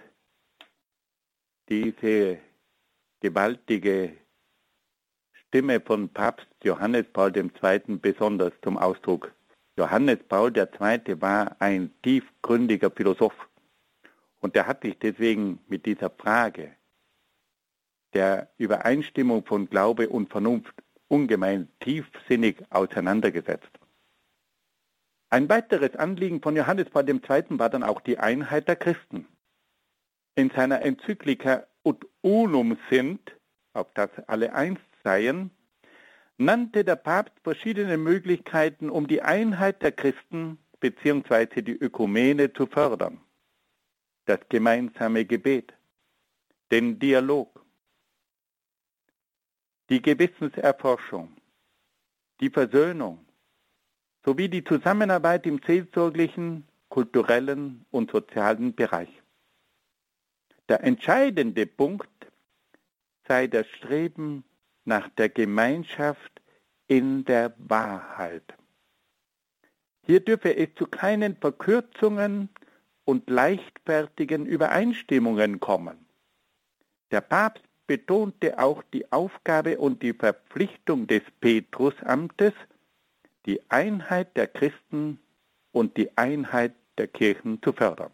diese gewaltige Stimme von Papst Johannes Paul II. Besonders zum Ausdruck. Johannes Paul II. War ein tiefgründiger Philosoph und er hat sich deswegen mit dieser Frage der Übereinstimmung von Glaube und Vernunft ungemein tiefsinnig auseinandergesetzt. Ein weiteres Anliegen von Johannes Paul II. War dann auch die Einheit der Christen. In seiner Enzyklika Ut Unum Sint, auf das alle eins seien, nannte der Papst verschiedene Möglichkeiten, um die Einheit der Christen bzw. die Ökumene zu fördern. Das gemeinsame Gebet, den Dialog, die Gewissenserforschung, die Versöhnung sowie die Zusammenarbeit im seelsorglichen, kulturellen und sozialen Bereich. Der entscheidende Punkt sei das Streben nach der Gemeinschaft in der Wahrheit. Hier dürfe es zu keinen Verkürzungen und leichtfertigen Übereinstimmungen kommen. Der Papst betonte auch die Aufgabe und die Verpflichtung des Petrusamtes, die Einheit der Christen und die Einheit der Kirchen zu fördern.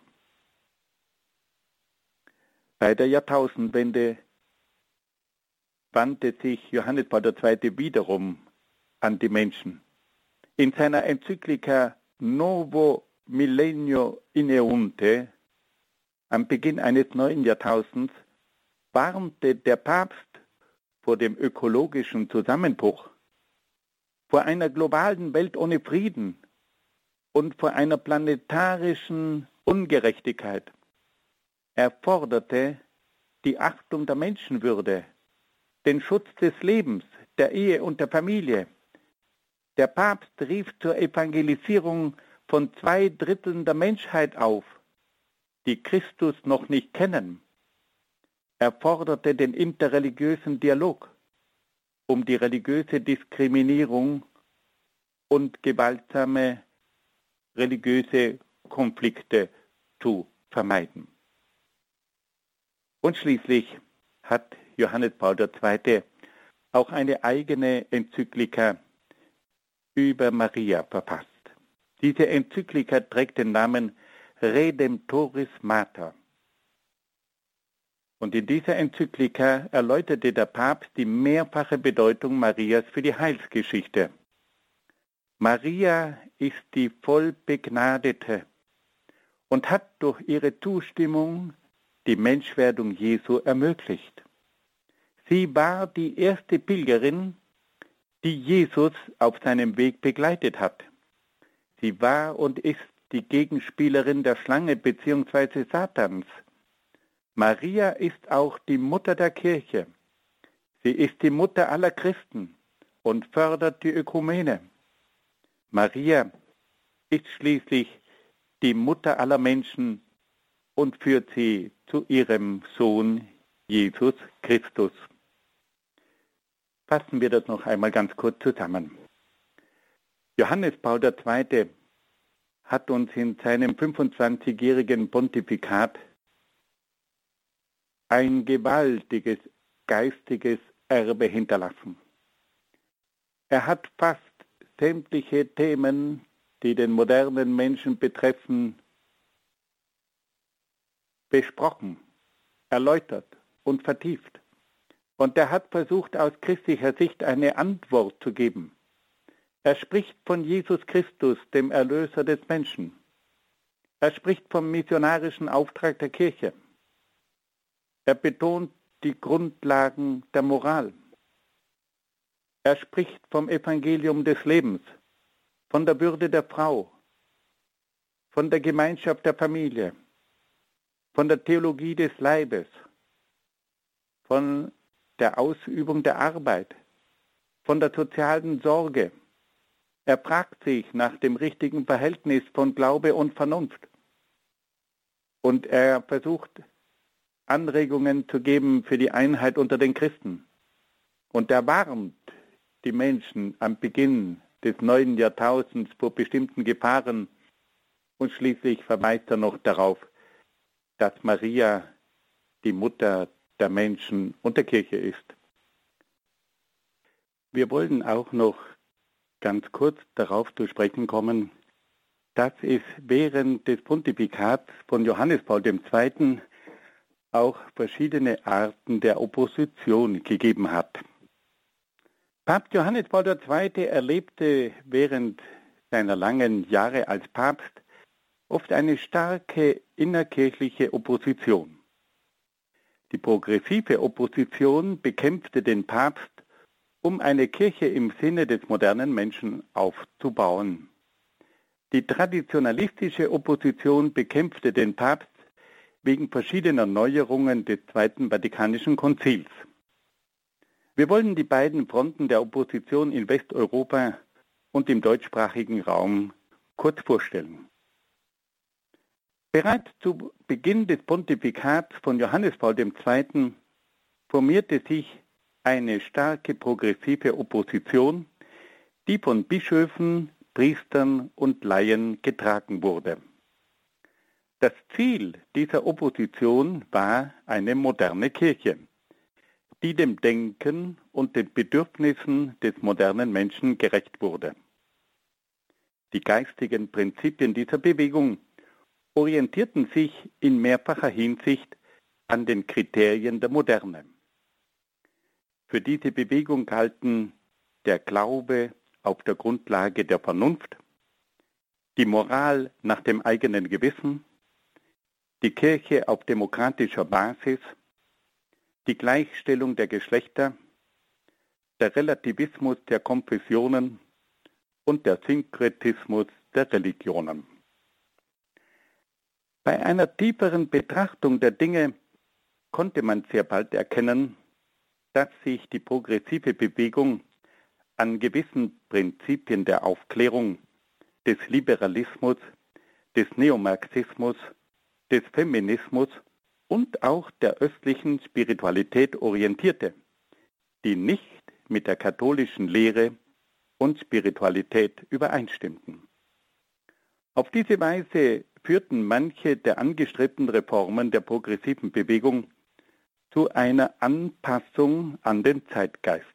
Bei der Jahrtausendwende wandte sich Johannes Paul II. Wiederum an die Menschen. In seiner Enzyklika Novo Millennio Ineunte am Beginn eines neuen Jahrtausends warnte der Papst vor dem ökologischen Zusammenbruch, vor einer globalen Welt ohne Frieden und vor einer planetarischen Ungerechtigkeit. Er forderte die Achtung der Menschenwürde, den Schutz des Lebens, der Ehe und der Familie. Der Papst rief zur Evangelisierung von 2/3 der Menschheit auf, die Christus noch nicht kennen. Er forderte den interreligiösen Dialog, um die religiöse Diskriminierung und gewaltsame religiöse Konflikte zu vermeiden. Und schließlich hat Johannes Paul II. Auch eine eigene Enzyklika über Maria verfasst. Diese Enzyklika trägt den Namen Redemptoris Mater. Und in dieser Enzyklika erläuterte der Papst die mehrfache Bedeutung Marias für die Heilsgeschichte. Maria ist die Vollbegnadete und hat durch ihre Zustimmung die Menschwerdung Jesu ermöglicht. Sie war die erste Pilgerin, die Jesus auf seinem Weg begleitet hat. Sie war und ist die Gegenspielerin der Schlange bzw. Satans. Maria ist auch die Mutter der Kirche. Sie ist die Mutter aller Christen und fördert die Ökumene. Maria ist schließlich die Mutter aller Menschen und führt sie zu ihrem Sohn Jesus Christus. Fassen wir das noch einmal ganz kurz zusammen. Johannes Paul II. Hat uns in seinem 25-jährigen Pontifikat ein gewaltiges geistiges Erbe hinterlassen. Er hat fast sämtliche Themen, die den modernen Menschen betreffen, besprochen, erläutert und vertieft. Und er hat versucht, aus christlicher Sicht eine Antwort zu geben. Er spricht von Jesus Christus, dem Erlöser des Menschen. Er spricht vom missionarischen Auftrag der Kirche. Er betont die Grundlagen der Moral. Er spricht vom Evangelium des Lebens, von der Würde der Frau, von der Gemeinschaft der Familie, von der Theologie des Leibes, von der Ausübung der Arbeit, von der sozialen Sorge. Er fragt sich nach dem richtigen Verhältnis von Glaube und Vernunft. Und er versucht, Anregungen zu geben für die Einheit unter den Christen. Und er warnt die Menschen am Beginn des neuen Jahrtausends vor bestimmten Gefahren. Und schließlich verweist er noch darauf, dass Maria die Mutter der Menschen und der Kirche ist. Wir wollen auch noch ganz kurz darauf zu sprechen kommen, dass es während des Pontifikats von Johannes Paul II. Auch verschiedene Arten der Opposition gegeben hat. Papst Johannes Paul II. Erlebte während seiner langen Jahre als Papst oft eine starke innerkirchliche Opposition. Die progressive Opposition bekämpfte den Papst, um eine Kirche im Sinne des modernen Menschen aufzubauen. Die traditionalistische Opposition bekämpfte den Papst wegen verschiedener Neuerungen des Zweiten Vatikanischen Konzils. Wir wollen die beiden Fronten der Opposition in Westeuropa und im deutschsprachigen Raum kurz vorstellen. Bereits zu Beginn des Pontifikats von Johannes Paul II. Formierte sich eine starke progressive Opposition, die von Bischöfen, Priestern und Laien getragen wurde. Das Ziel dieser Opposition war eine moderne Kirche, die dem Denken und den Bedürfnissen des modernen Menschen gerecht wurde. Die geistigen Prinzipien dieser Bewegung orientierten sich in mehrfacher Hinsicht an den Kriterien der Moderne. Für diese Bewegung galten der Glaube auf der Grundlage der Vernunft, die Moral nach dem eigenen Gewissen, die Kirche auf demokratischer Basis, die Gleichstellung der Geschlechter, der Relativismus der Konfessionen und der Synkretismus der Religionen. Bei einer tieferen Betrachtung der Dinge konnte man sehr bald erkennen, dass sich die progressive Bewegung an gewissen Prinzipien der Aufklärung, des Liberalismus, des Neomarxismus, des Feminismus und auch der östlichen Spiritualität orientierte, die nicht mit der katholischen Lehre und Spiritualität übereinstimmten. Auf diese Weise führten manche der angestrebten Reformen der progressiven Bewegung zu einer Anpassung an den Zeitgeist.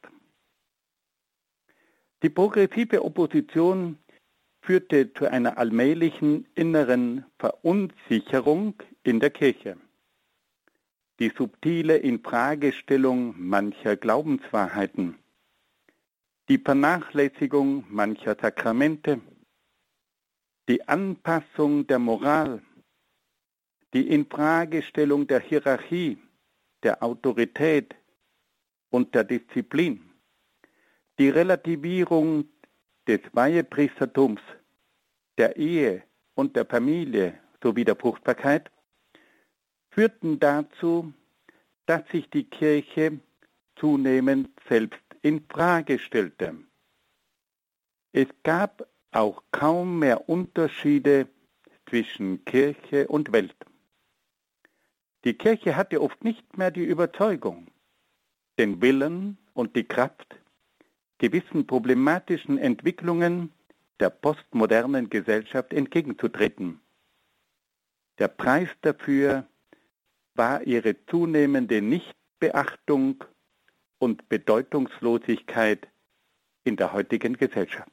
Die progressive Opposition führte zu einer allmählichen inneren Verunsicherung in der Kirche. Die subtile Infragestellung mancher Glaubenswahrheiten, die Vernachlässigung mancher Sakramente, die Anpassung der Moral, die Infragestellung der Hierarchie, der Autorität und der Disziplin, die Relativierung des Weihepriestertums, der Ehe und der Familie sowie der Fruchtbarkeit führten dazu, dass sich die Kirche zunehmend selbst in Frage stellte. Es gab auch kaum mehr Unterschiede zwischen Kirche und Welt. Die Kirche hatte oft nicht mehr die Überzeugung, den Willen und die Kraft, gewissen problematischen Entwicklungen der postmodernen Gesellschaft entgegenzutreten. Der Preis dafür war ihre zunehmende Nichtbeachtung und Bedeutungslosigkeit in der heutigen Gesellschaft.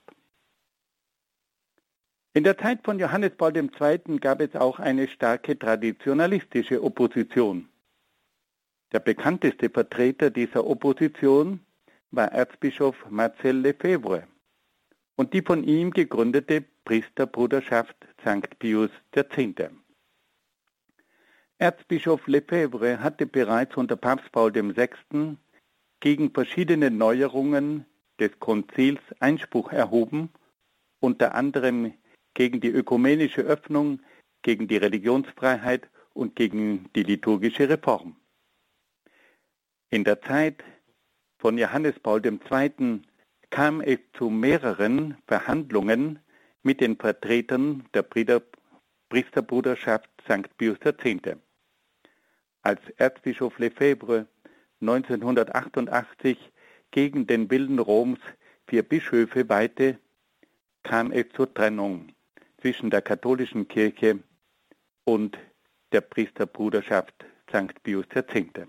In der Zeit von Johannes Paul II. Gab es auch eine starke traditionalistische Opposition. Der bekannteste Vertreter dieser Opposition war Erzbischof Marcel Lefebvre und die von ihm gegründete Priesterbruderschaft St. Pius X. Erzbischof Lefebvre hatte bereits unter Papst Paul VI. Gegen verschiedene Neuerungen des Konzils Einspruch erhoben, unter anderem gegen die ökumenische Öffnung, gegen die Religionsfreiheit und gegen die liturgische Reform. In der Zeit von Johannes Paul II. Kam es zu mehreren Verhandlungen mit den Vertretern der Priesterbruderschaft St. Pius X. Als Erzbischof Lefebvre 1988 gegen den Willen Roms 4 Bischöfe weihte, kam es zur Trennung zwischen der katholischen Kirche und der Priesterbruderschaft St. Pius X.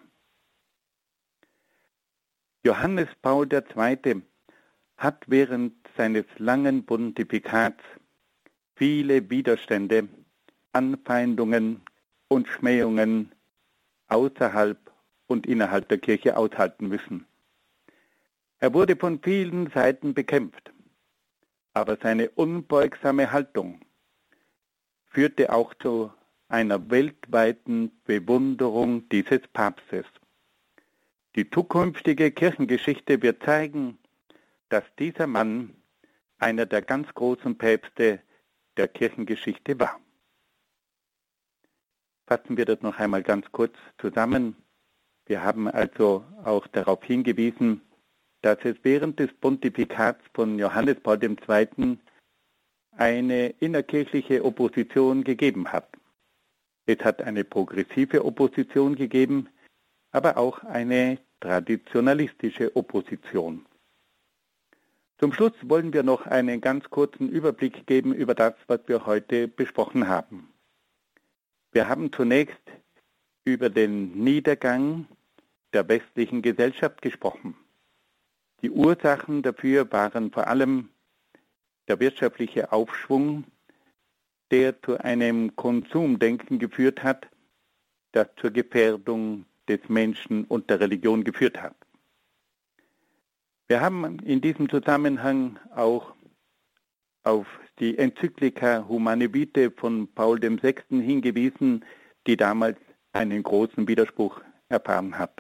Johannes Paul II. Hat während seines langen Pontifikats viele Widerstände, Anfeindungen und Schmähungen außerhalb und innerhalb der Kirche aushalten müssen. Er wurde von vielen Seiten bekämpft, aber seine unbeugsame Haltung führte auch zu einer weltweiten Bewunderung dieses Papstes. Die zukünftige Kirchengeschichte wird zeigen, dass dieser Mann einer der ganz großen Päpste der Kirchengeschichte war. Fassen wir das noch einmal ganz kurz zusammen. Wir haben also auch darauf hingewiesen, dass es während des Pontifikats von Johannes Paul II. Eine innerkirchliche Opposition gegeben hat. Es hat eine progressive Opposition gegeben, aber auch eine traditionalistische Opposition. Zum Schluss wollen wir noch einen ganz kurzen Überblick geben über das, was wir heute besprochen haben. Wir haben zunächst über den Niedergang der westlichen Gesellschaft gesprochen. Die Ursachen dafür waren vor allem der wirtschaftliche Aufschwung, der zu einem Konsumdenken geführt hat, das zur Gefährdung des Menschen und der Religion geführt hat. Wir haben in diesem Zusammenhang auch auf die Enzyklika Humane Vitae von Paul VI. Hingewiesen, die damals einen großen Widerspruch erfahren hat.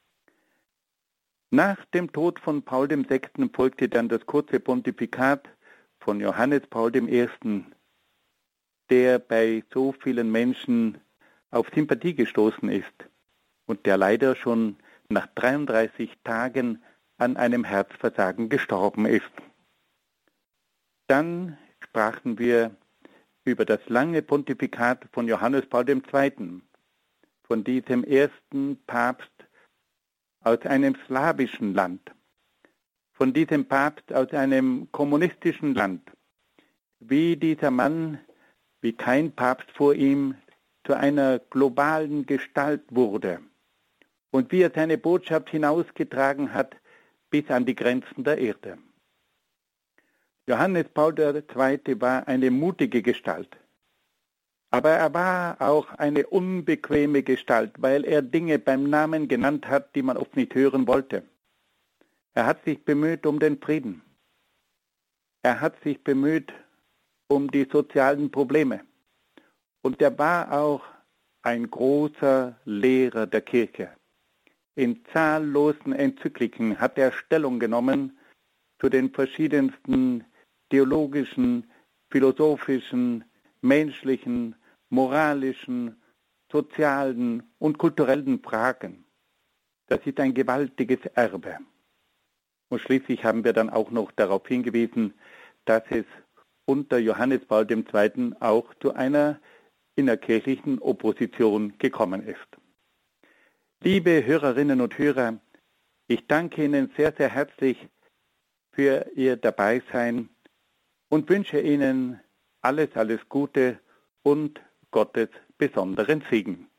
Nach dem Tod von Paul VI. Folgte dann das kurze Pontifikat von Johannes Paul I., der bei so vielen Menschen auf Sympathie gestoßen ist und der leider schon nach 33 Tagen an einem Herzversagen gestorben ist. Dann sprachen wir über das lange Pontifikat von Johannes Paul II., von diesem ersten Papst aus einem slawischen Land, von diesem Papst aus einem kommunistischen Land, wie dieser Mann, wie kein Papst vor ihm, zu einer globalen Gestalt wurde und wie er seine Botschaft hinausgetragen hat bis an die Grenzen der Erde. Johannes Paul II. War eine mutige Gestalt, aber er war auch eine unbequeme Gestalt, weil er Dinge beim Namen genannt hat, die man oft nicht hören wollte. Er hat sich bemüht um den Frieden. Er hat sich bemüht um die sozialen Probleme. Und er war auch ein großer Lehrer der Kirche. In zahllosen Enzykliken hat er Stellung genommen zu den verschiedensten theologischen, philosophischen, menschlichen, moralischen, sozialen und kulturellen Fragen. Das ist ein gewaltiges Erbe. Und schließlich haben wir dann auch noch darauf hingewiesen, dass es unter Johannes Paul II. Auch zu einer innerkirchlichen Opposition gekommen ist. Liebe Hörerinnen und Hörer, ich danke Ihnen sehr, sehr herzlich für Ihr Dabeisein und wünsche Ihnen alles Gute und Gottes besonderen Segen.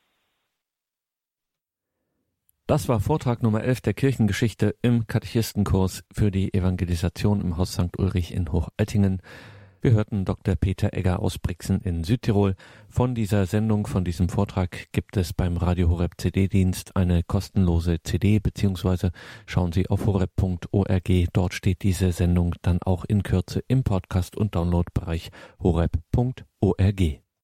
Das war Vortrag Nummer 11 der Kirchengeschichte im Katechistenkurs für die Evangelisation im Haus St. Ulrich in Hochaltingen. Wir hörten Dr. Peter Egger aus Brixen in Südtirol. Von dieser Sendung, von diesem Vortrag gibt es beim Radio Horeb CD-Dienst eine kostenlose CD, beziehungsweise schauen Sie auf horeb.org. Dort steht diese Sendung dann auch in Kürze im Podcast- und Downloadbereich horeb.org.